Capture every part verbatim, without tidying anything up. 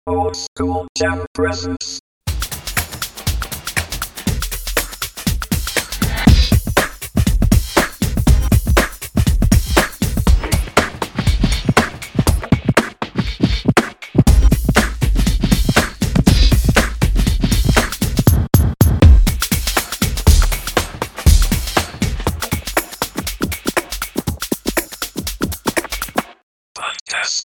Old School Jam Presents. Podcast.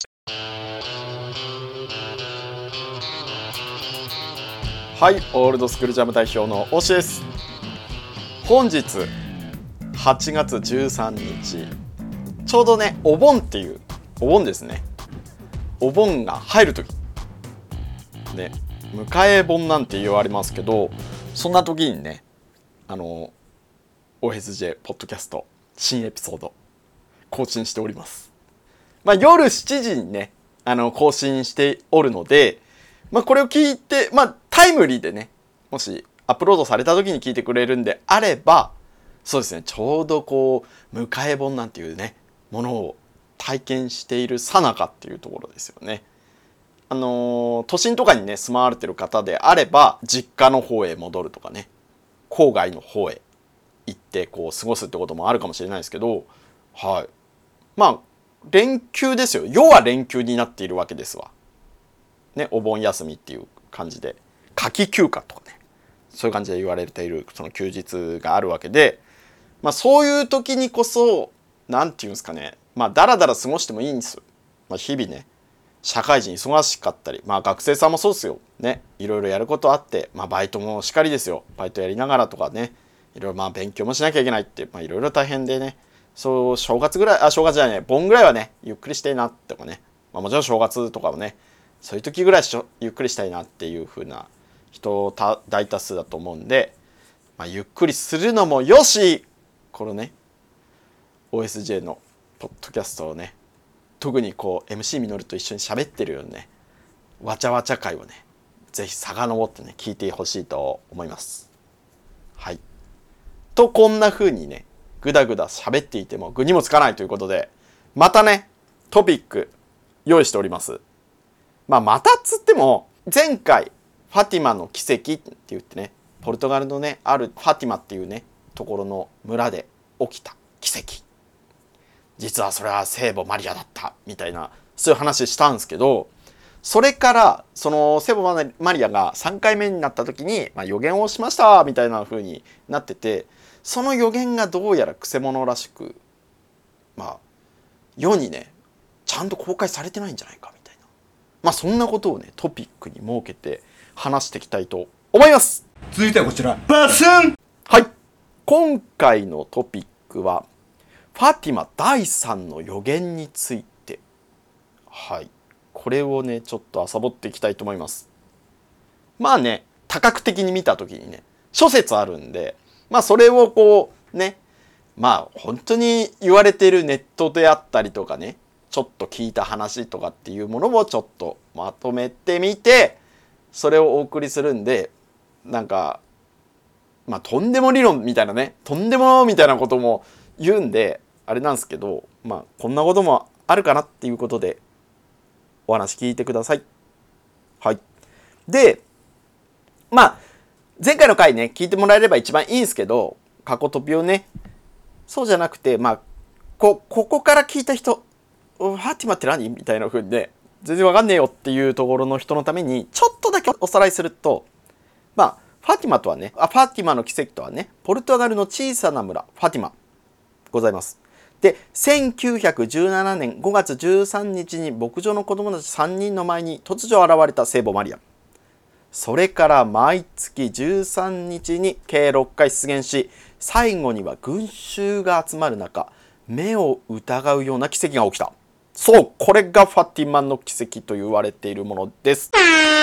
はい、オールドスクールジャム代表の大志です。本日はちがつじゅうさんにち、ちょうどねお盆っていうお盆ですね。お盆が入る時ね、迎え盆なんて言われますけど、そんな時にね、あの オーエスジェー ポッドキャスト新エピソード更新しております。まあ、夜しちじにねあの更新しておるので、まあ、これを聞いて、まあ、タイムリーでね、もしアップロードされた時に聞いてくれるんであれば、そうですね、ちょうどこう迎え盆なんていうねものを体験している最中っていうところですよね。あのー、都心とかにね住まわれてる方であれば、実家の方へ戻るとかね、郊外の方へ行ってこう過ごすってこともあるかもしれないですけど、はい、まあ連休ですよ。要は連休になっているわけですわ。ね、お盆休みっていう感じで、夏季休暇とかね、そういう感じで言われているその休日があるわけで、まあそういう時にこそ、なんていうんですかね、まあだらだら過ごしてもいいんです。まあ、日々ね、社会人忙しかったり、まあ学生さんもそうですよ。ね、いろいろやることあって、まあバイトもしかりですよ。バイトやりながらとかね、いろいろまあ勉強もしなきゃいけないって、まあいろいろ大変でね、そう正月ぐらい、あ、正月じゃない、盆ぐらいはね、ゆっくりしていなってもね、まあもちろん正月とかもね、そういう時ぐらいしょゆっくりしたいなっていう風な人た大多数だと思うんで、まあ、ゆっくりするのもよし、このね オーエスジェー のポッドキャストをね、特にこう エムシー みのると一緒に喋ってるようにね、わちゃわちゃ会をね、ぜひ遡ってね聞いてほしいと思います。はい。とこんな風にね、ぐだぐだ喋っていても具にもつかないということで、またねトピック用意しております。まあ、またっつっても、前回ファティマの奇跡って言ってね、ポルトガルのねあるファティマっていうねところの村で起きた奇跡、実はそれは聖母マリアだったみたいな、そういう話したんですけど、それからその聖母マリアがさんかいめになった時に、まあ、予言をしましたみたいな風になってて、その予言がどうやらくせ者らしく、まあ世にねちゃんと公開されてないんじゃないかみたいな、まあそんなことをねトピックに設けて話していきたいと思います。 続いてはこちら、バスン。 はい、今回のトピックはファティマだいさんの予言について、はい、これをねちょっと遊ぼっていきたいと思います。まあね、多角的に見た時にね諸説あるんで、まあそれをこうね、まあ本当に言われているネットであったりとかね、ちょっと聞いた話とかっていうものをちょっとまとめてみて、それをお送りするんで、なんかまあとんでも理論みたいなね、とんでもみたいなことも言うんであれなんですけど、まあこんなこともあるかなっていうことでお話聞いてください。はい。で、まあ前回の回ね聞いてもらえれば一番いいんですけど、過去飛びをね、そうじゃなくて、まあこここから聞いた人、ファティマって何みたいな風にね、全然わかんねえよっていうところの人のためにちょっとだけおさらいすると、まあファティマとはね、あファティマの奇跡とはね、ポルトガルの小さな村ファティマございます。で、せんきゅうひゃくじゅうななねんごがつじゅうさんにちに牧場の子供たちさんにんの前に突如現れた聖母マリア。それから毎月じゅうさんにちに計ろっかい出現し、最後には群衆が集まる中、目を疑うような奇跡が起きた。そう、これがファティマの奇跡と言われているものです。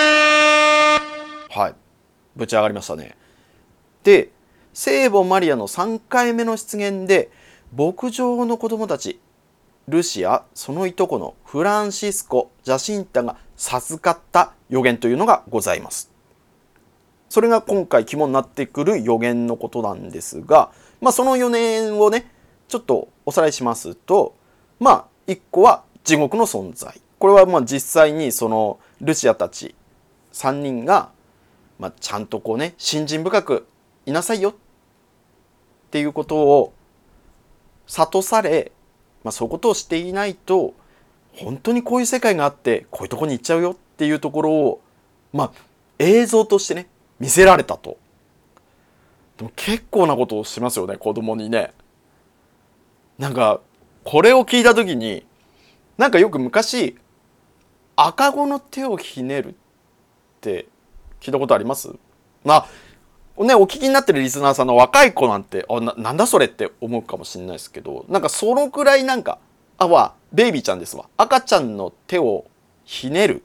はい、ぶち上がりましたね。で、聖母マリアのさんかいめの出現で、牧場の子供たちルシア、そのいとこのフランシスコ、ジャシンタが授かった予言というのがございます。それが今回肝になってくる予言のことなんですが、まあその予言をねちょっとおさらいしますと、まあいっこは地獄の存在。これはまあ実際にそのルシアたちさんにんが、まあ、ちゃんとこうね信心深くいなさいよっていうことを諭され、まあ、そういうことをしていないと本当にこういう世界があってこういうとこに行っちゃうよっていうところを、まあ、映像としてね見せられたと。でも結構なことをしますよね、子供にね。なんかこれを聞いた時に、なんかよく昔赤子の手をひねるって聞いたことあります？まあね、お聞きになってるリスナーさんの若い子なんてあ な, なんだそれって思うかもしれないですけど、なんかそのくらいなんかあわベイビーちゃんですわ、赤ちゃんの手をひねる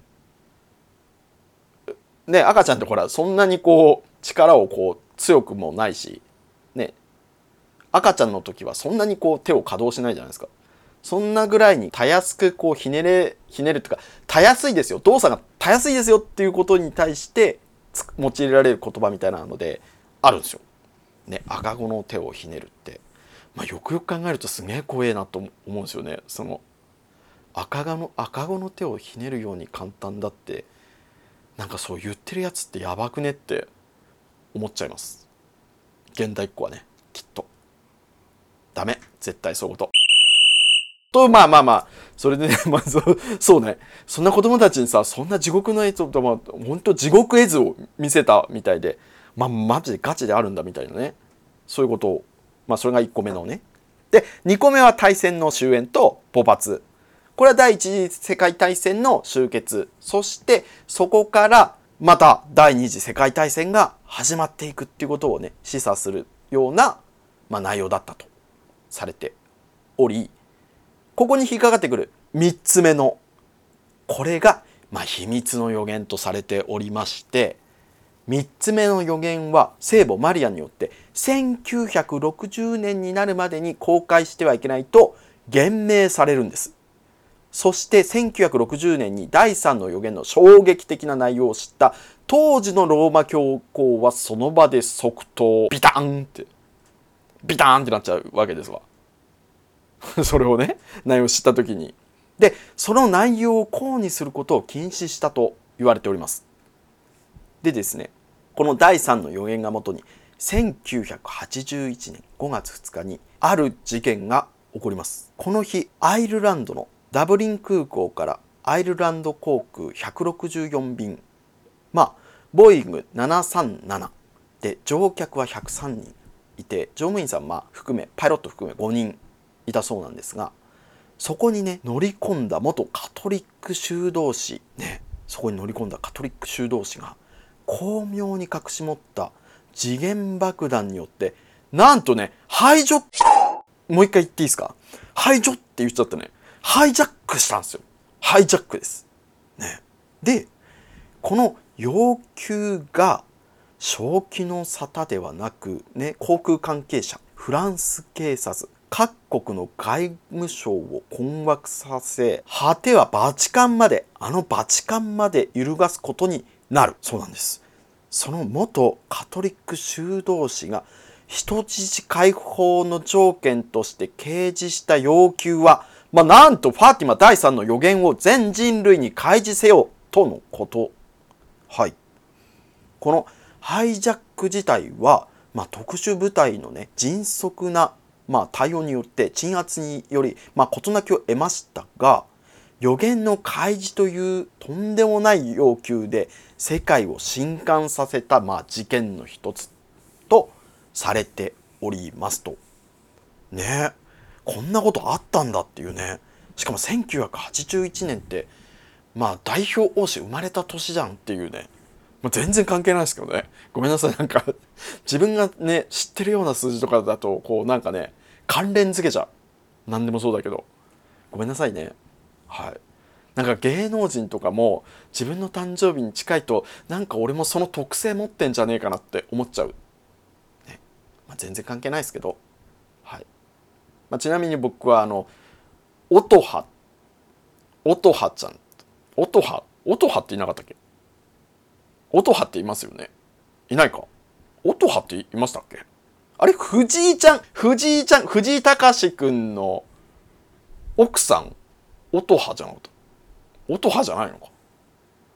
ね。赤ちゃんってほらそんなにこう力をこう強くもないしね、赤ちゃんの時はそんなにこう手を可動しないじゃないですか。そんなぐらいにたやすくこうひねれひねるっていうか、たやすいですよ、動作がたやすいですよっていうことに対して用いられる言葉みたいなのであるんですよ。ね、赤子の手をひねるって、まあ、よくよく考えるとすげえ怖えなと思うんですよね。その赤子の赤子の手をひねるように簡単だって、なんかそう言ってるやつってやばくねって思っちゃいます。現代っ子はね、きっとダメ、絶対そういうことと、まあまあまあそれでね、まあ、そ, そうねそんな子供たちにさ、そんな地獄の映像と、まあ本当地獄絵図を見せたみたいで、まあマジでガチであるんだみたいなね、そういうことを、まあそれがいっこめのね。でにこめは大戦の終焉と勃発。これは第一次世界大戦の終結、そしてそこからまた第二次世界大戦が始まっていくっていうことをね示唆するような、まあ、内容だったとされており、ここに引っかかってくるみっつめのこれが、まあ、秘密の予言とされておりまして、みっつめの予言は聖母マリアによってせんきゅうひゃくろくじゅうねんになるまでに公開してはいけないと言明されるんです。そしてせんきゅうひゃくろくじゅうねんにだいさんの予言の衝撃的な内容を知った当時のローマ教皇はその場で即答、ビターンってビターンってなっちゃうわけですわそれをね内容を知った時に。でその内容を抗議することを禁止したと言われております。でですね、このだいさんの予言がもとにせんきゅうひゃくはちじゅういちねんごがつふつかにある事件が起こります。この日アイルランドのダブリン空港からアイルランド航空ひゃくろくじゅうよんびん、まあボーイングななさんななで乗客はひゃくさんにんいて、乗務員さんまあ含めパイロット含めごにんいたそうなんですが、そこにね乗り込んだ元カトリック修道士ね、そこに乗り込んだカトリック修道士が巧妙に隠し持った時限爆弾によってなんとね排除、もう一回言っていいですか、排除って言っちゃってね、ハイジャックしたんですよ。ハイジャックです、ね、でこの要求が正気の沙汰ではなくね、航空関係者、フランス警察、各国の外務省を困惑させ、果てはバチカンまで、あのバチカンまで揺るがすことになるそうなんです。その元カトリック修道士が人質解放の条件として掲示した要求は、まあ、なんとファーティマだいさんの予言を全人類に開示せよとのこと。はい。このハイジャック自体は、まあ、特殊部隊のね迅速な、まあ、対応によって鎮圧により、まあ、事なきを得ましたが、予言の開示というとんでもない要求で世界を震撼させた、まあ、事件の一つとされておりますと。ねえ、こんなことあったんだっていうね。しかもせんきゅうひゃくはちじゅういちねんってまあ代表王子生まれた年じゃんっていうね、まあ、全然関係ないですけどね、ごめんなさい。なんか自分がね知ってるような数字とかだとこうなんかね関連付けちゃう、何でもそうだけどごめんなさいね。はい。なんか芸能人とかも自分の誕生日に近いとなんか俺もその特性持ってんじゃねえかなって思っちゃう、ね。まあ、全然関係ないですけど、はい。まあ、ちなみに僕はあの音羽音羽ちゃん、音羽音羽っていなかったっけ？音羽っていますよね。いないか。音羽っていましたっけ？あれ藤井ちゃん藤井ちゃん藤井隆くんの奥さん音羽じゃなかった？音羽じゃないのか。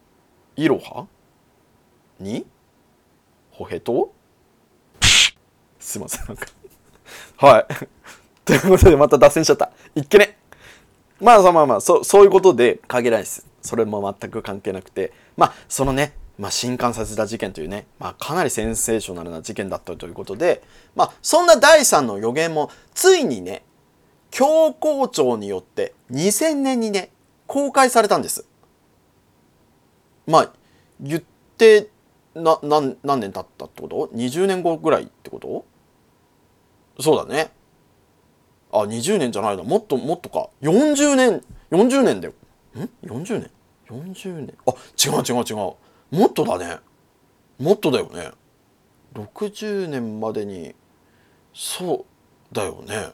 イロハにホヘトすいませんなんかはいということでまた脱線しちゃった。いっけね。まあまあまあそそういうことで限らないです。それも全く関係なくて、まあそのね、まあ、震撼させた事件というね、まあ、かなりセンセーショナルな事件だったということで、まあそんなだいさんの予言もついにね、教皇庁によってにせんねんにね公開されたんです。まあ言ってな何何年経ったってこと？にじゅうねんごぐらいってこと？そうだね。あ、にじゅうねんじゃないな。もっともっとか。よんじゅうねん、よんじゅうねんだよ。ん ?よんじゅう 年 ?よんじゅう 年。あ、違う違う違う。もっとだね。もっとだよね。ろくじゅうねんまでに、そうだよね。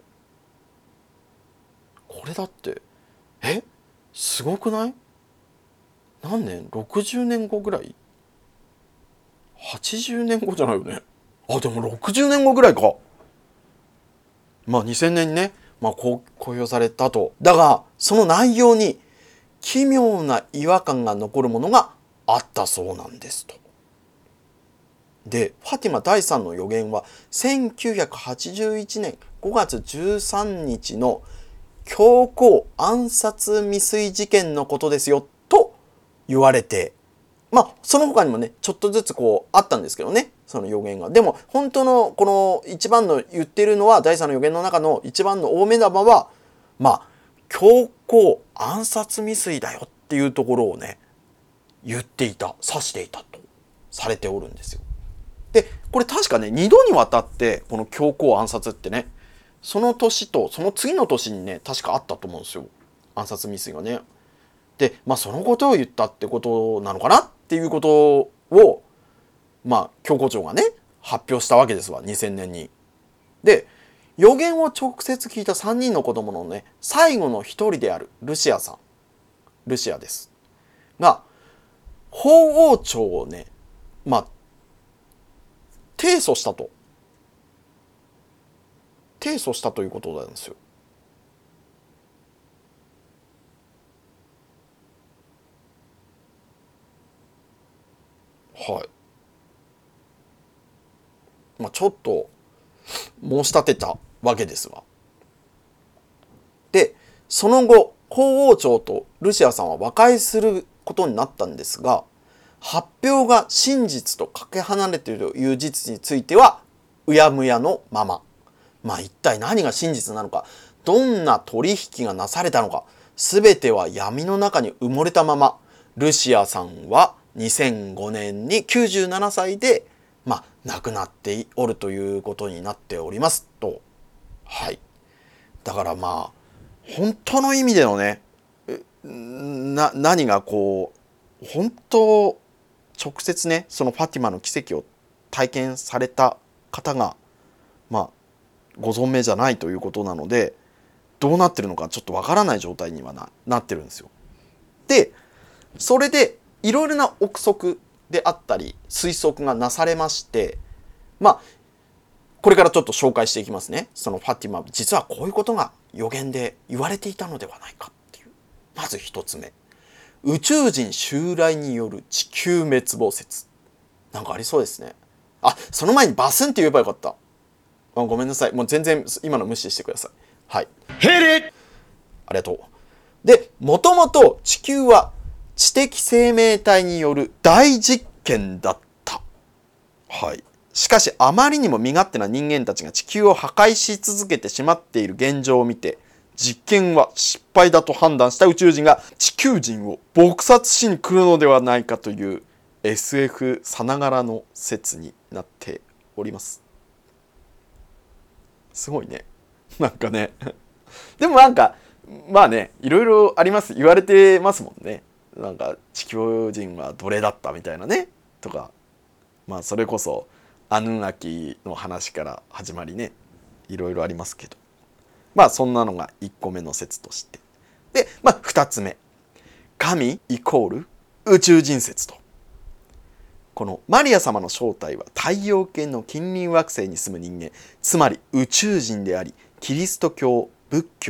これだって、えすごくない？何年 ?ろくじゅう 年後ぐらい ?はちじゅう 年後じゃないよね。あ、でもろくじゅうねんごぐらいか。まあにせんねんにね、まあ、公表されたと。だがその内容に奇妙な違和感が残るものがあったそうなんですと。でファティマだいさんの予言はせんきゅうひゃくはちじゅういちねんごがつじゅうさんにちの教皇暗殺未遂事件のことですよと言われて、まあその他にもねちょっとずつこうあったんですけどね、その予言が。でも本当のこの一番の言ってるのはだいさんの予言の中の一番の大目玉はまあ教皇暗殺未遂だよっていうところをね言っていた、指していたとされておるんですよ。でこれ確かねにどにわたってこの教皇暗殺ってね、その年とその次の年にね確かあったと思うんですよ、暗殺未遂がね。でまあそのことを言ったってことなのかなっていうことをまあ教皇庁がね発表したわけですわ、にせんねんに。で予言を直接聞いたさんにんの子供のね最後の一人であるルシアさん、ルシアですが法王庁をねまあ提訴したと提訴したということなんですよ。はい。まあちょっと申し立てたわけですわ。でその後法王庁とルシアさんは和解することになったんですが、発表が真実とかけ離れているという事実についてはうやむやのまま。まあ一体何が真実なのか、どんな取引がなされたのか、全ては闇の中に埋もれたまま、ルシアさんはにせんごねんにきゅうじゅうななさいで、まあ、亡くなっておるということになっておりますと。はい。だからまあ本当の意味でのね、な何がこう本当直接ねそのファティマの奇跡を体験された方がまあご存命じゃないということなので、どうなってるのかちょっとわからない状態には な, なってるんですよ。でそれでいろいろな憶測であったり推測がなされまして、まあこれからちょっと紹介していきますね。そのファティマ実はこういうことが予言で言われていたのではないかっていう。まず一つ目、宇宙人襲来による地球滅亡説。なんかありそうですね。あ、その前にバスンって言えばよかった。あ、ごめんなさい。もう全然今の無視してください。はい。 Hit it! ありがとう。で、もともと地球は知的生命体による大実験だった。はい。しかしあまりにも身勝手な人間たちが地球を破壊し続けてしまっている現状を見て、実験は失敗だと判断した宇宙人が地球人を撲殺しに来るのではないかという エスエフ さながらの説になっております。すごいね。なんかね。でもなんかまあね、いろいろあります。言われてますもんね。なんか地球人は奴隷だったみたいなねとか、まあそれこそアヌンナキの話から始まりね、いろいろありますけど、まあそんなのがいっこめの説として、でまあふたつめ、神イコール宇宙人説と。このマリア様の正体は太陽系の近隣惑星に住む人間、つまり宇宙人であり、キリスト教、仏教、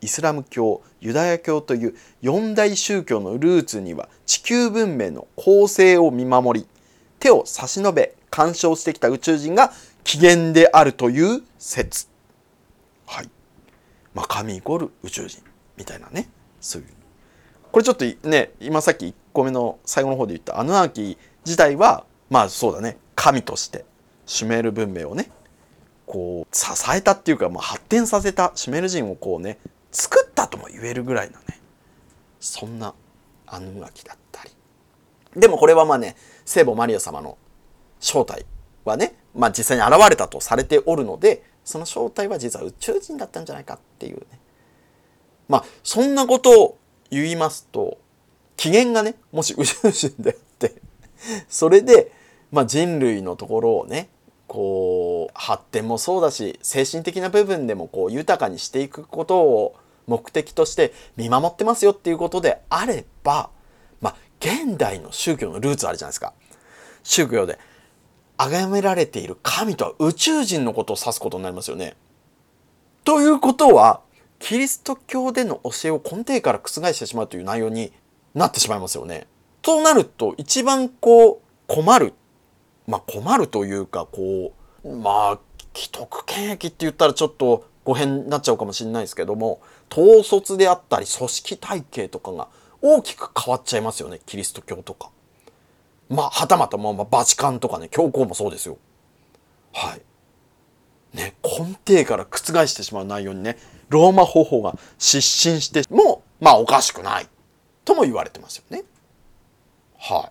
イスラム教、ユダヤ教という四大宗教のルーツには地球文明の構成を見守り、手を差し伸べ干渉してきた宇宙人が起源であるという説。はい。まあ神イコール宇宙人みたいなね、そういう。これちょっとね、今さっきいっこめの最後の方で言ったアヌアーキー自体は、まあそうだね、神としてシュメール文明をね、こう支えたっていうか、まあ、発展させたシュメール人をこうね、作ったとも言えるぐらいのね、そんなアヌアキだったり。でもこれはまあね、聖母マリア様の正体はね、まあ実際に現れたとされておるので、その正体は実は宇宙人だったんじゃないかっていうね。まあそんなことを言いますと、起源がね、もし宇宙人であってそれで、まあ、人類のところをね、こう発展もそうだし、精神的な部分でもこう豊かにしていくことを目的として見守ってますよっていうことであれば、まあ現代の宗教のルーツあるじゃないですか。宗教で崇められている神とは宇宙人のことを指すことになりますよね。ということは、キリスト教での教えを根底から覆してしまうという内容になってしまいますよね。となると一番こう困る、まあ困るというか、こうまあ既得権益って言ったらちょっと語弊になっちゃうかもしれないですけども、統率であったり組織体系とかが大きく変わっちゃいますよね、キリスト教とか。まあはたまたまあバチカンとかね、教皇もそうですよ。はいね、根底から覆してしまう内容にね、ローマ法法が失神してもまあおかしくないとも言われてますよね。はい。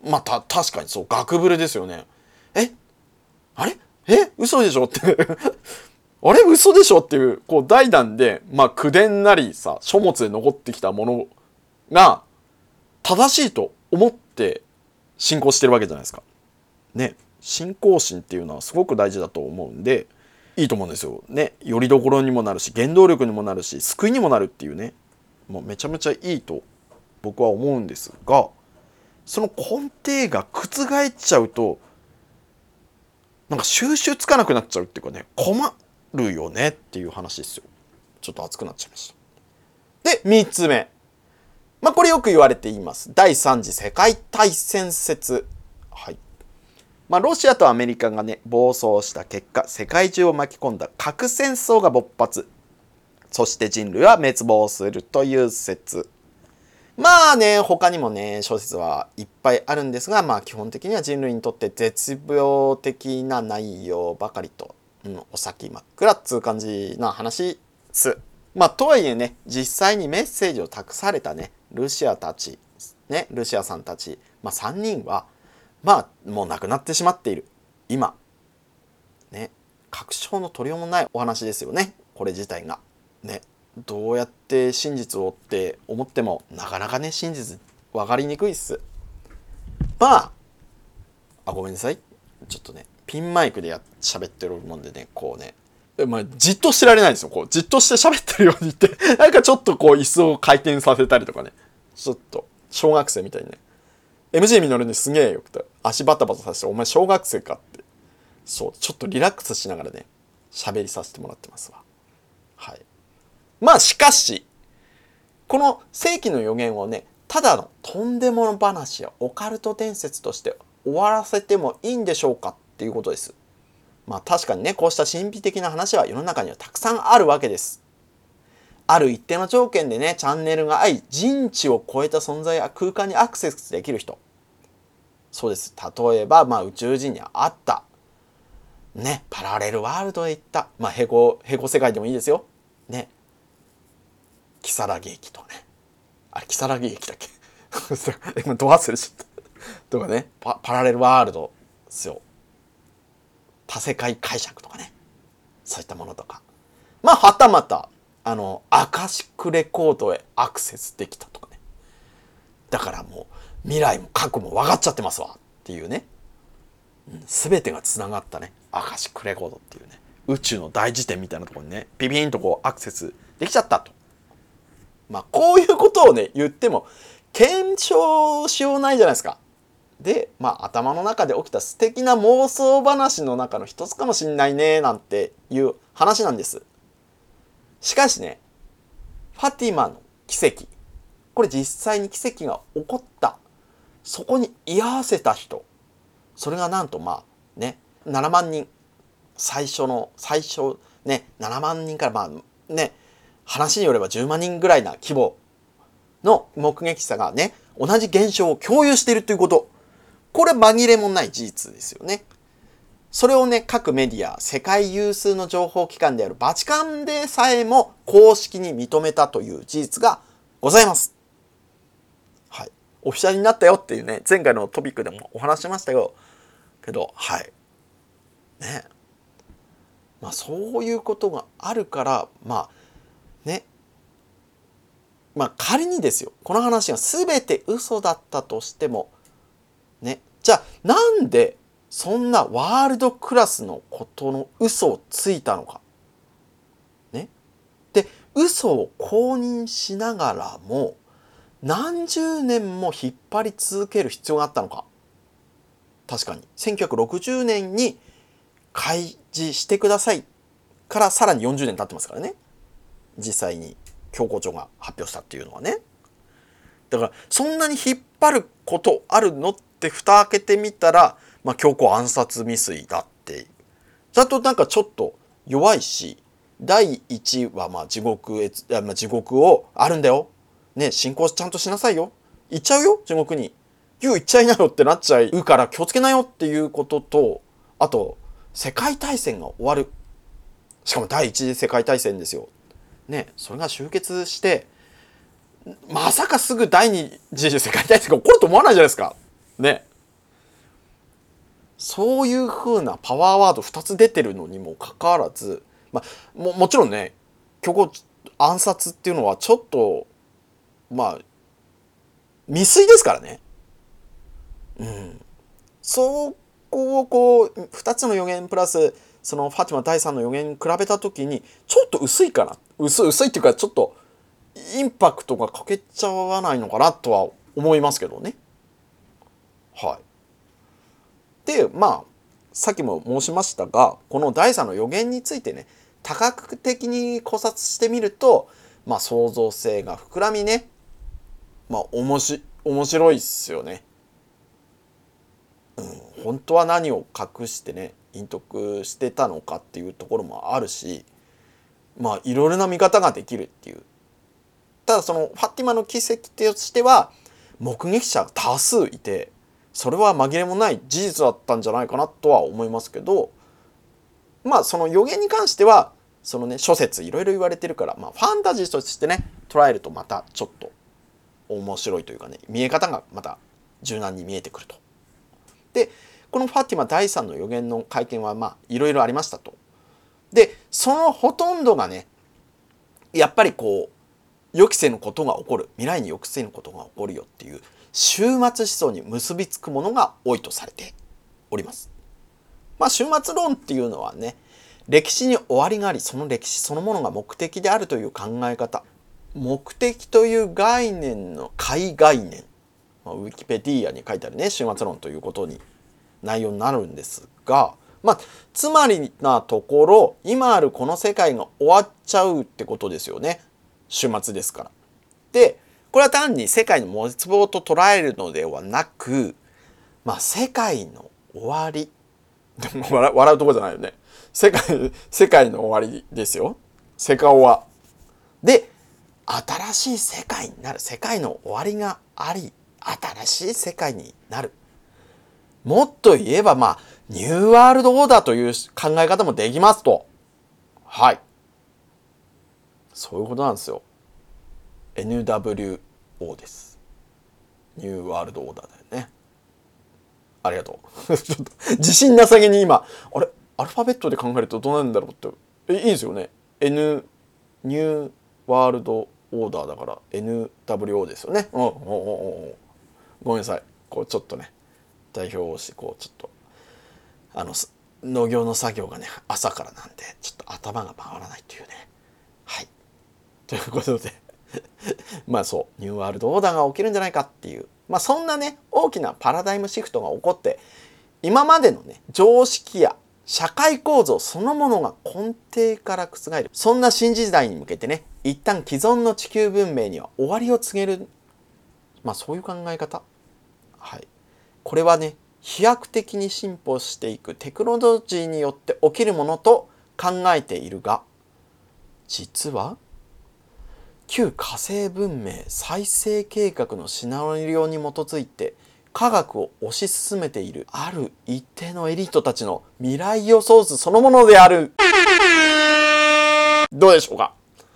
まあた確かにそう、学ぶれですよね。えあれえ嘘でしょってあれ嘘でしょっていう、こう代々でまあ口伝なりさ、書物で残ってきたものが正しいと思って信仰してるわけじゃないですかね。信仰心っていうのはすごく大事だと思うんで、いいと思うんですよね。よりどころにもなるし、原動力にもなるし、救いにもなるっていうね、もうめちゃめちゃいいと僕は思うんですが、その根底が覆っちゃうとなんか収集つかなくなっちゃうっていうかね、困るよねっていう話ですよ。ちょっと熱くなっちゃいました。でみっつめ、まあこれよく言われています第三次世界大戦説。はい。まあロシアとアメリカがね暴走した結果、世界中を巻き込んだ核戦争が勃発、そして人類は滅亡するという説。まあね、他にもね諸説はいっぱいあるんですが、まあ基本的には人類にとって絶望的な内容ばかりと、うん、お先真っ暗っつう感じな話です。まあとはいえね、実際にメッセージを託されたねルシアたちね、ルシアさんたち、まあさんにんはまあもう亡くなってしまっている今ね、確証の取りようもないお話ですよね、これ自体がね。どうやって真実をって思ってもなかなかね真実分かりにくいっす。まああごめんなさい、ちょっとねピンマイクでや喋ってるもんでね、こうね、まあ、じっとしてられないんですよ。こうじっとして喋ってるように言ってなんかちょっとこう椅子を回転させたりとかね、ちょっと小学生みたいにね、 エムジェー ミノルにすげえよくて足バタバタさせて、お前小学生かって、そうちょっとリラックスしながらね喋りさせてもらってますわ。はい。まあしかしこの世紀の予言をねただのとんでもの話やオカルト伝説として終わらせてもいいんでしょうかっていうことです。まあ確かにね、こうした神秘的な話は世の中にはたくさんあるわけです。ある一定の条件でねチャンネルが合い、人知を超えた存在や空間にアクセスできる人、そうです。例えばまあ宇宙人にあったねパラレルワールドへ行った、まあ平行平行世界でもいいですよね。キサラギ駅とね、あれキサラギ駅だっけ今ド忘れしちゃったとかね、パパラレルワールドですよ、多世界解釈とかね、そういったものとか、まあはたまたあのアカシックレコードへアクセスできたとかね、だからもう未来も過去も分かっちゃってますわっていうね、うん、全てがつながったねアカシックレコードっていうね、宇宙の大辞典みたいなところにねピピンとこうアクセスできちゃったと。まあこういうことをね言っても検証しようないじゃないですか。でまあ頭の中で起きた素敵な妄想話の中の一つかもしんないねなんていう話なんです。 しかしね、ファティマの奇跡、これ実際に奇跡が起こった、そこに居合わせた人、それがなんとまあね、ななまんにん、最初の最初ね、ななまんにんからまあね、話によればじゅうまんにんぐらいな規模の目撃者がね、同じ現象を共有しているということ、これ紛れもない事実ですよね。それをね、各メディア、世界有数の情報機関であるバチカンでさえも公式に認めたという事実がございます。はい。オフィシャルになったよっていうね、前回のトピックでもお話しましたよ。けど、はい。ね。まあそういうことがあるから、まあね。まあ仮にですよ、この話が全て嘘だったとしても、ね。じゃあなんでそんなワールドクラスのことの嘘をついたのか。ね。で、嘘を公認しながらも、何十年も引っ張り続ける必要があったのか。確かに。せんきゅうひゃくろくじゅうねんに開示してくださいからさらによんじゅうねん経ってますからね。実際に教皇庁が発表したっていうのはね。だから、そんなに引っ張ることあるのって蓋開けてみたら、まあ、教皇暗殺未遂だっていう。だとなんかちょっと弱いし、だいいちはまあ地獄へ、まあ、地獄をあるんだよ。ね、信仰ちゃんとしなさいよ。行っちゃうよ、地獄に。言う行っちゃいなよってなっちゃうから気をつけなよっていうことと、あと、世界大戦が終わる。しかも第一次世界大戦ですよ。ね、それが終結して、まさかすぐ第二次世界大戦が起こると思わないじゃないですか。ね。そういう風なパワーワードふたつ出てるのにもかかわらず、まあ、ももちろんね、教皇暗殺っていうのはちょっと、まあ、未遂ですからね。うん。そこをこう、ふたつの予言プラス、そのファティマだいさんの予言に比べたときに、ちょっと薄いかな。薄い、薄いっていうか、ちょっと、インパクトが欠けちゃわないのかなとは思いますけどね。はい。で、まあ、さっきも申しましたが、このだいさんの予言についてね、多角的に考察してみると、まあ、創造性が膨らみね、まあ、おもし、面白いっすよね。うん、本当は何を隠してね、隠匿してたのかっていうところもあるし、まあ、いろいろな見方ができるっていう。ただ、その、ファティマの奇跡としては、目撃者が多数いて、それは紛れもない事実だったんじゃないかなとは思いますけど、まあその予言に関してはそのね諸説いろいろ言われてるから、まあ、ファンタジーとしてね捉えるとまたちょっと面白いというかね、見え方がまた柔軟に見えてくると。でこのファティマだいさんの予言の会見はまあいろいろありましたと。でそのほとんどがねやっぱりこう予期せぬことが起こる、未来に予期せぬことが起こるよっていう終末思想に結びつくものが多いとされております。まあ終末論っていうのはね、歴史に終わりがあり、その歴史そのものが目的であるという考え方。目的という概念の解概念。まあ、ウィキペディアに書いてあるね、終末論ということに内容になるんですが、まあつまりなところ、今あるこの世界が終わっちゃうってことですよね。終末ですから。で、これは単に世界の滅亡と捉えるのではなく、まあ世界の終わり。でも笑, 笑うとこじゃないよね。世界、世界の終わりですよ。セカオワ。で、新しい世界になる。世界の終わりがあり、新しい世界になる。もっと言えば、まあ、ニューワールドオーダーという考え方もできますと。はい。そういうことなんですよ。エヌダブリューオー です。ニューワールドオーダーだよね。ありがとう。ちょっと自信なさげに今、あれアルファベットで考えるとどうなるんだろうって。え、いいですよね。N、ニューワールドオーダーだから エヌダブリューオー ですよね。うん、おおおごめんなさい。こうちょっとね、代表をして、こうちょっと、あの、農業の作業がね、朝からなんで、ちょっと頭が回らないというね。はい。ということで、まあそう、ニューワールドオーダーが起きるんじゃないかっていう、まあそんなね、大きなパラダイムシフトが起こって、今までのね、常識や社会構造そのものが根底から覆る、そんな新時代に向けてね、一旦既存の地球文明には終わりを告げる、まあそういう考え方。はい。これはね、飛躍的に進歩していくテクノロジーによって起きるものと考えているが、実は旧火星文明再生計画のシナリオに基づいて科学を推し進めているある一定のエリートたちの未来予想図そのものである。どうでしょうか。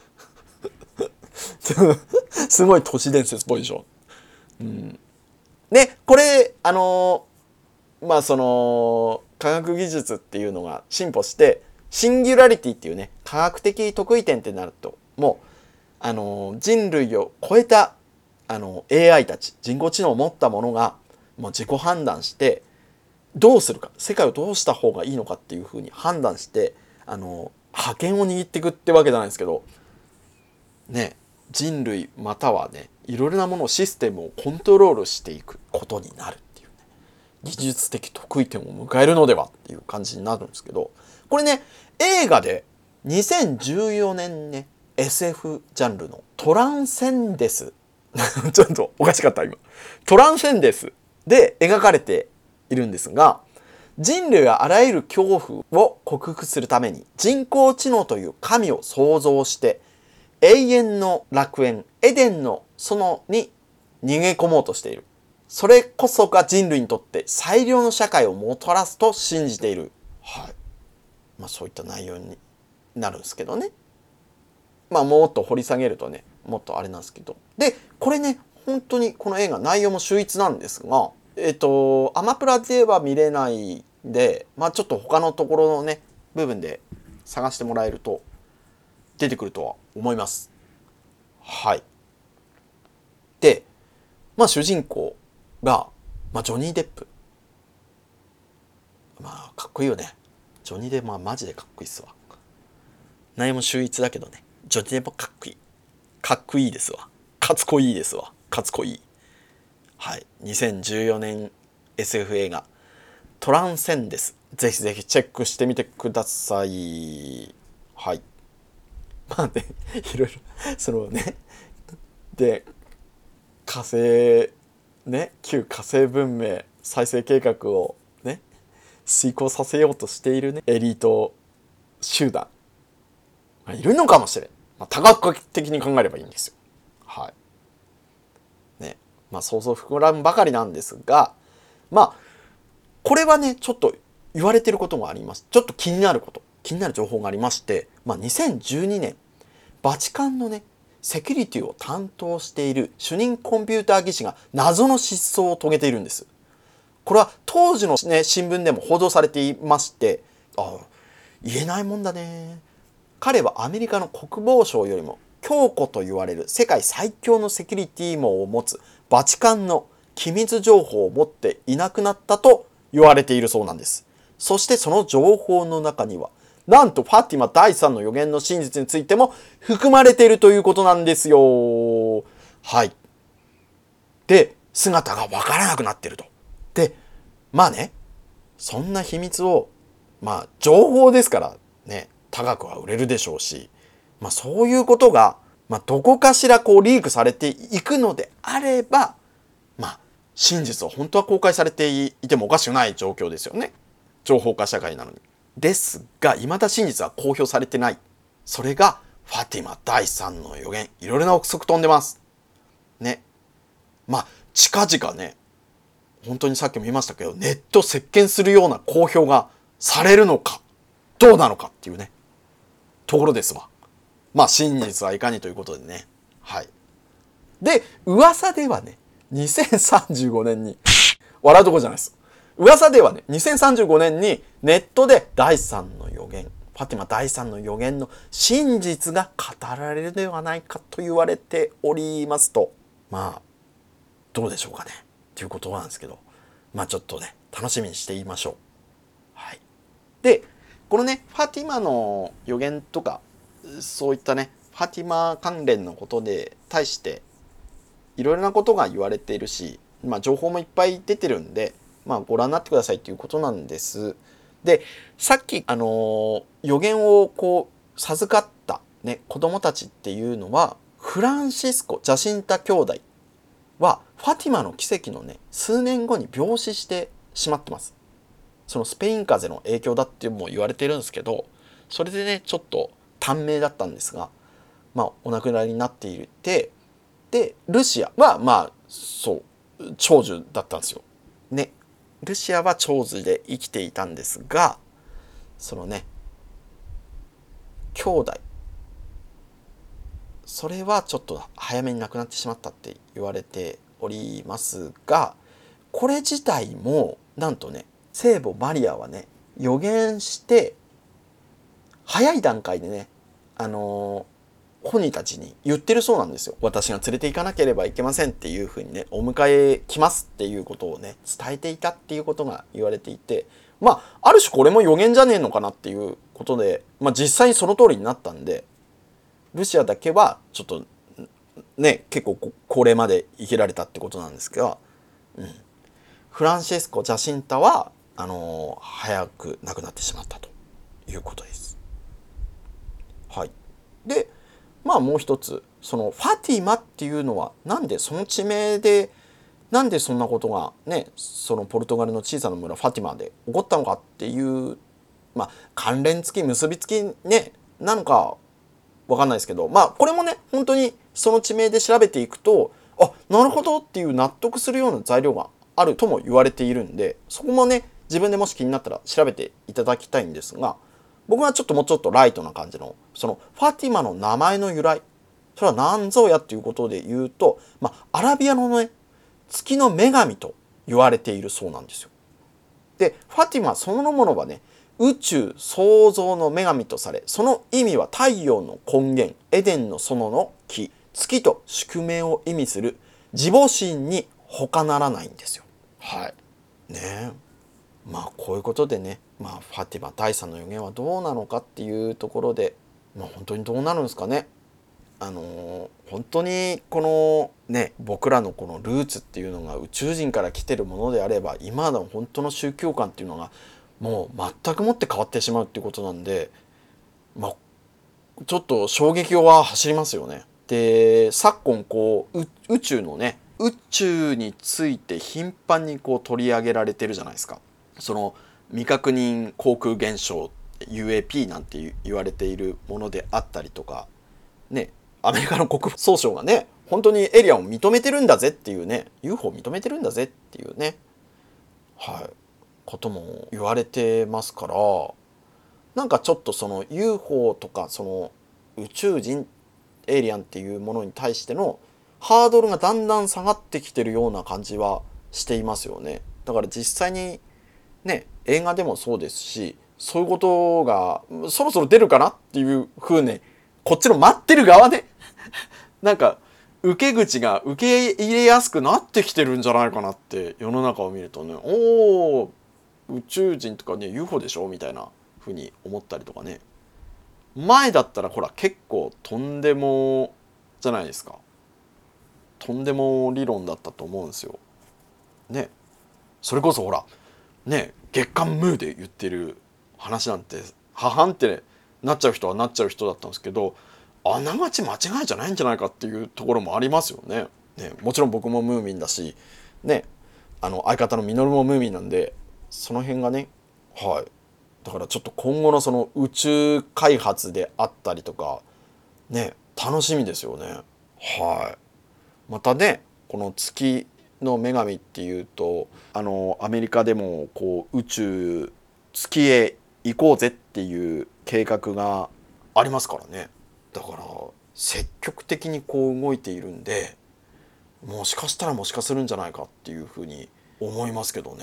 すごい都市伝説っぽいでしょ。うん、でこれあのー、まあその科学技術っていうのが進歩してシンギュラリティっていうね科学的特異点ってなるともうあのー、人類を超えたあの エーアイ たち人工知能を持ったものがもう自己判断してどうするか世界をどうした方がいいのかっていうふうに判断してあの覇権を握っていくってわけじゃないですけどね、人類またはねいろいろなものをシステムをコントロールしていくことになるっていうね技術的得意点を迎えるのではっていう感じになるんですけど、これね映画でにせんじゅうよねんね エスエフ ジャンルのトランセンデスちょっとおかしかった今トランセンデスで描かれているんですが、人類があらゆる恐怖を克服するために人工知能という神を創造して永遠の楽園エデンの園に逃げ込もうとしている。それこそが人類にとって最良の社会をもたらすと信じている。はい。まあそういった内容になるんですけどね。まあもっと掘り下げるとねもっとあれなんですけど、でこれね本当にこの映画内容も秀逸なんですが、えっとアマプラでは見れないんで、まあちょっと他のところのね部分で探してもらえると出てくるとは思います。はい。で、まあ主人公が、まあ、ジョニー・デップ。まあかっこいいよね。ジョニー・デップ、まあマジでかっこいいっすわ。内容も秀逸だけどね。ジョニー・デップかっこいい。かっこいいですわ。かつこいいですわ。かつこいい。はい。にせんじゅうよねん エスエフ 映画トランセンデス。ぜひぜひチェックしてみてください。はい。まあね、いろいろそのねで火星ね旧火星文明再生計画をね遂行させようとしているねエリート集団がいるのかもしれん、まあ、多角的に考えればいいんですよ。はいね、まあ想像膨らむばかりなんですが、まあこれはねちょっと言われてることがあります。ちょっと気になること気になる情報がありまして、まあ、にせんじゅうにねんバチカンのねセキュリティを担当している主任コンピューター技師が謎の失踪を遂げているんです。これは当時の、ね、新聞でも報道されていまして、ああ言えないもんだね。彼はアメリカの国防省よりも強固と言われる世界最強のセキュリティ網を持つバチカンの機密情報を持っていなくなったと言われているそうなんです。そしてその情報の中にはなんとファティマだいさんの予言の真実についても含まれているということなんですよ。はい。で、姿がわからなくなっていると。で、まあね、そんな秘密を、まあ情報ですからね、高くは売れるでしょうし、まあそういうことが、まあどこかしらこうリークされていくのであれば、まあ真実を本当は公開されていてもおかしくない状況ですよね。情報化社会なのに。ですが未だ真実は公表されてない。それがファティマだいさんの予言、いろいろな憶測飛んでますね。まあ近々ね本当にさっきも言いましたけどネット席巻するような公表がされるのかどうなのかっていうねところですわ。まあ真実はいかにということでね。はい。で噂ではねにせんさんじゅうごねんに笑うとこじゃないです。噂ではねにせんさんじゅうごねんにネットでだいさんの予言ファティマだいさんの予言の真実が語られるではないかと言われておりますと、まあどうでしょうかねということなんですけど、まあちょっとね楽しみにしていましょう。はい。でこのねファティマの予言とかそういったねファティマ関連のことで対していろいろなことが言われているし、まあ情報もいっぱい出てるんで、まあご覧になってくださいということなんです。 でさっきあのー、予言をこう授かったね子供たちっていうのはフランシスコ・ジャシンタ兄弟はファティマの奇跡のね数年後に病死してしまってます。そのスペイン風邪の影響だっても言われてるんですけど、それでねちょっと短命だったんですが、まあお亡くなりになっていて、でルシアはまあそう長寿だったんですよね。ルシアは長寿で生きていたんですが、そのね兄弟それはちょっと早めに亡くなってしまったって言われておりますが、これ自体もなんとね聖母マリアはね予言して早い段階でねあのー、本人たちに言ってるそうなんですよ。私が連れて行かなければいけませんっていうふうにねお迎え来ますっていうことをね伝えていたっていうことが言われていて、まあある種これも予言じゃねえのかなっていうことで、まあ実際にその通りになったんで、ルシアだけはちょっとね結構高齢まで生きられたってことなんですけど、うん、フランシスコ・ジャシンタはあのー、早く亡くなってしまったということです。はい。でまあもう一つそのファティマっていうのはなんでその地名でなんでそんなことがねそのポルトガルの小さな村ファティマで起こったのかっていうまあ関連付き結びつきねなのかわかんないですけど、まあこれもね本当にその地名で調べていくとあなるほどっていう納得するような材料があるとも言われているんで、そこもね自分でもし気になったら調べていただきたいんですが、僕はちょっともうちょっとライトな感じのそのファティマの名前の由来、それは何ぞやっていうことで言うと、まあアラビアのね月の女神と言われているそうなんですよ。でファティマそのものはね宇宙創造の女神とされ、その意味は太陽の根源エデンの園の木、月と宿命を意味する自母神に他ならないんですよ。はいねえ、まあこういうことでね、まあファティマ第三の予言はどうなのかっていうところで、まあ本当にどうなるんですかね。あのー、本当にこのね僕らのこのルーツっていうのが宇宙人から来てるものであれば、今の本当の宗教観っていうのがもう全くもって変わってしまうっていうことなんで、まあちょっと衝撃は走りますよね。で昨今こう宇宙のね宇宙について頻繁にこう取り上げられてるじゃないですか。その未確認航空現象 ユーエーピー なんて言われているものであったりとかね、アメリカの国防総省がね本当にエリアを認めてるんだぜっていうね ユーフォー を認めてるんだぜっていうねはいことも言われてますから、なんかちょっとその ユーフォー とかその宇宙人エイリアンっていうものに対してのハードルがだんだん下がってきてるような感じはしていますよね。だから実際にね映画でもそうですし、そういうことがそろそろ出るかなっていう風ね、こっちの待ってる側でなんか受け口が受け入れやすくなってきてるんじゃないかなって、世の中を見るとね、おー宇宙人とかね ユーフォー でしょみたいな風に思ったりとかね。前だったらほら結構とんでもじゃないですか、とんでも理論だったと思うんですよね。それこそほらね月刊ムーで言ってる話なんてははんってなっちゃう人はなっちゃう人だったんですけど、あながち間違いじゃないんじゃないかっていうところもありますよね。ねもちろん僕もムーミンだしね、あの相方のミノルもムーミンなんで、その辺がねはいだからちょっと今後のその宇宙開発であったりとかね楽しみですよね。はい。またねこの月の女神っていうとあのアメリカでもこう宇宙月へ行こうぜっていう計画がありますからね。だから積極的にこう動いているんで、もしかしたらもしかするんじゃないかっていうふうに思いますけどね。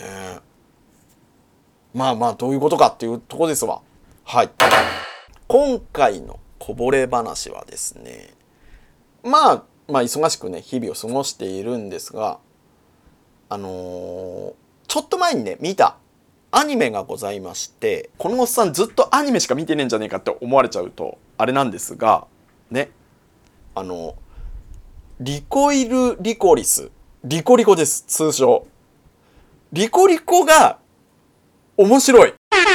まあまあどういうことかっていうところですわ。はい。今回のこぼれ話はですね、まあまあ忙しくね日々を過ごしているんですが、あのー、ちょっと前にね見たアニメがございまして、このおっさんずっとアニメしか見てねえんじゃねえかって思われちゃうとあれなんですがね、あのリコイルリコリスリコリコです。通称リコリコが面白い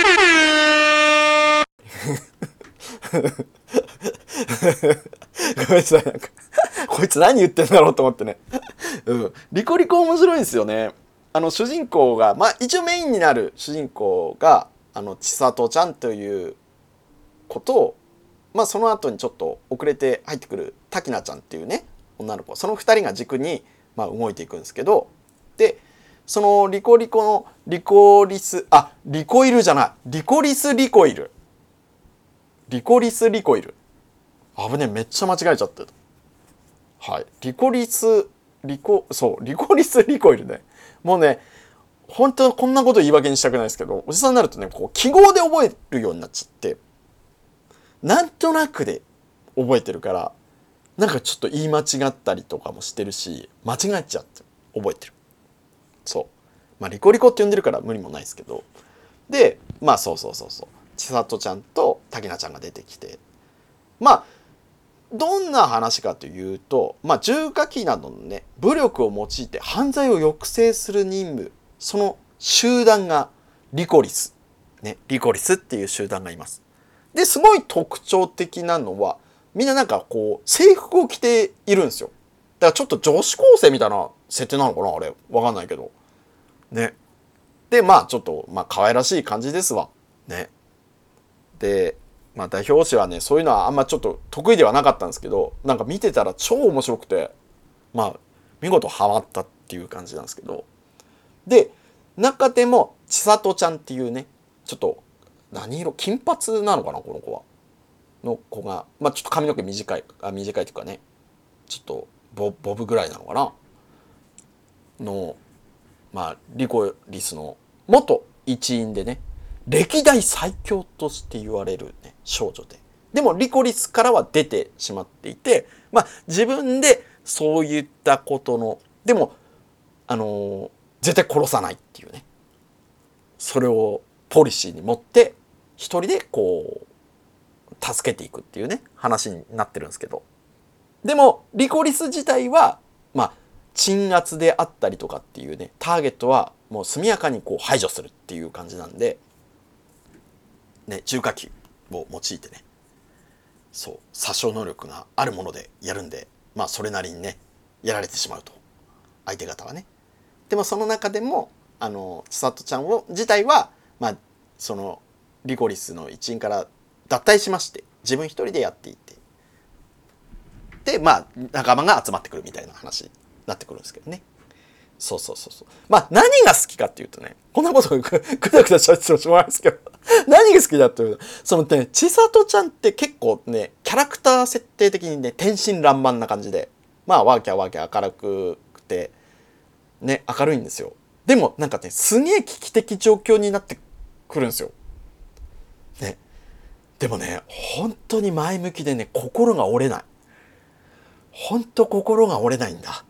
ごめんなさい、なんかこいつ何言ってんだろうと思ってね。うん、リコリコ面白いんですよね。あの主人公が、まあ一応メインになる主人公があの千里ちゃんということを、まあその後にちょっと遅れて入ってくる滝菜ちゃんっていうね女の子、そのふたりが軸にまあ動いていくんですけど、でそのリコリコのリコリスあリコイルじゃないリコリスリコイルリコリスリコイル危ねえ、めっちゃ間違えちゃってる。はい、リコリスリコそうリコリスリコイルね。もうね本当こんなこと言い訳にしたくないですけど、おじさんになるとねこう記号で覚えるようになっちゃって、なんとなくで覚えてるから、なんかちょっと言い間違ったりとかもしてるし、間違えちゃって覚えてる。そうまあリコリコって呼んでるから無理もないですけど、でまあそうそうそうそう千里ちゃんと滝菜ちゃんが出てきて、まあどんな話かというと、まあ重火器などのね武力を用いて犯罪を抑制する任務、その集団がリコリスねリコリスっていう集団がいます。ですごい特徴的なのは、みんななんかこう制服を着ているんですよ。だからちょっと女子高生みたいな設定なのかな、あれわかんないけどね。でまあちょっとまあ可愛らしい感じですわね。でまあ代表紙はねそういうのはあんまちょっと得意ではなかったんですけど、なんか見てたら超面白くて、まあ見事ハマったっていう感じなんですけど、で中でも千里ちゃんっていうねちょっと何色金髪なのかなこの子はの子が、まあちょっと髪の毛短いあ短いというかね、ちょっとボボブぐらいなのかなの、まあリコリスの元一員でね、歴代最強として言われる、ね、少女で、でもリコリスからは出てしまっていて、まあ自分でそういったことのでもあのー、絶対殺さないっていうね、それをポリシーに持って一人でこう助けていくっていうね話になってるんですけど、でもリコリス自体はまあ鎮圧であったりとかっていうねターゲットはもう速やかにこう排除するっていう感じなんで、ね、重火器を用いてね、そう殺傷能力があるものでやるんで、まあそれなりにねやられてしまうと相手方はね。でもその中でもあの千里ちゃんを自体はまあそのリコリスの一員から脱退しまして自分一人でやっていて、でまあ仲間が集まってくるみたいな話になってくるんですけどね。そうそうそうそう。まあ何が好きかっていうとね、こんなことくくだくだしゃってもしょうがないですけど何が好きだっていうと、そのね千里ちゃんって結構ねキャラクター設定的にね天真爛漫な感じで、まあワーキャーワーキャー明るくてね明るいんですよ。でもなんかねすげえ危機的状況になってくるんですよ。ね。でもね本当に前向きでね心が折れない。本当心が折れないんだ。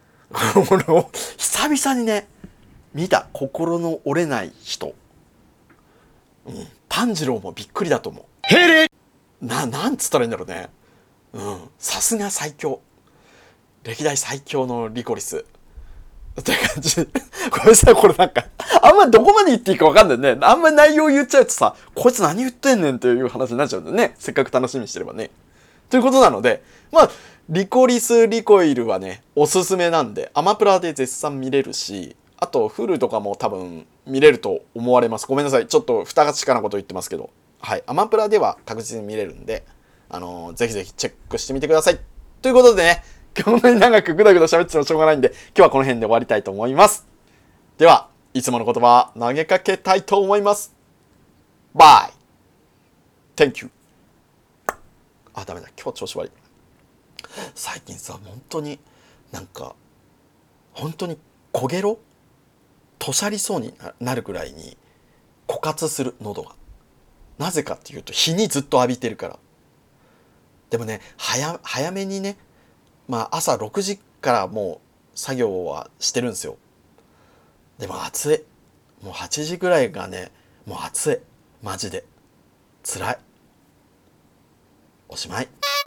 久々にね見た心の折れない人、うん、炭治郎もびっくりだと思う。へれな、なんつったらいいんだろうね。うんさすが最強、歴代最強のリコリスって感じ。ごめんなさい、これなんかあんまりどこまで言っていいか分かんないね。あんまり内容言っちゃうとさ、こいつ何言ってんねんっていう話になっちゃうんだよね、せっかく楽しみにしてればね。ということなので、まあリコリスリコイルはねおすすめなんで、アマプラで絶賛見れるし、あとフルとかも多分見れると思われます。ごめんなさい、ちょっと不確かなこと言ってますけど、はいアマプラでは確実に見れるんで、あのー、ぜひぜひチェックしてみてください。ということでね、こんなに長くグダグダ喋っててもしょうがないんで、今日はこの辺で終わりたいと思います。ではいつもの言葉投げかけたいと思います。バイ Thank you。 あ、ダメだ、今日調子悪い。最近さ本当になんか本当に焦げろとしゃりそうになるぐらいに枯渇する喉が。なぜかっていうと日にずっと浴びてるから。でもね 早, 早めにね、まあ朝ろくじからもう作業はしてるんですよ。でも暑い、もうはちじぐらいがねもう暑い、マジで辛い。おしまい。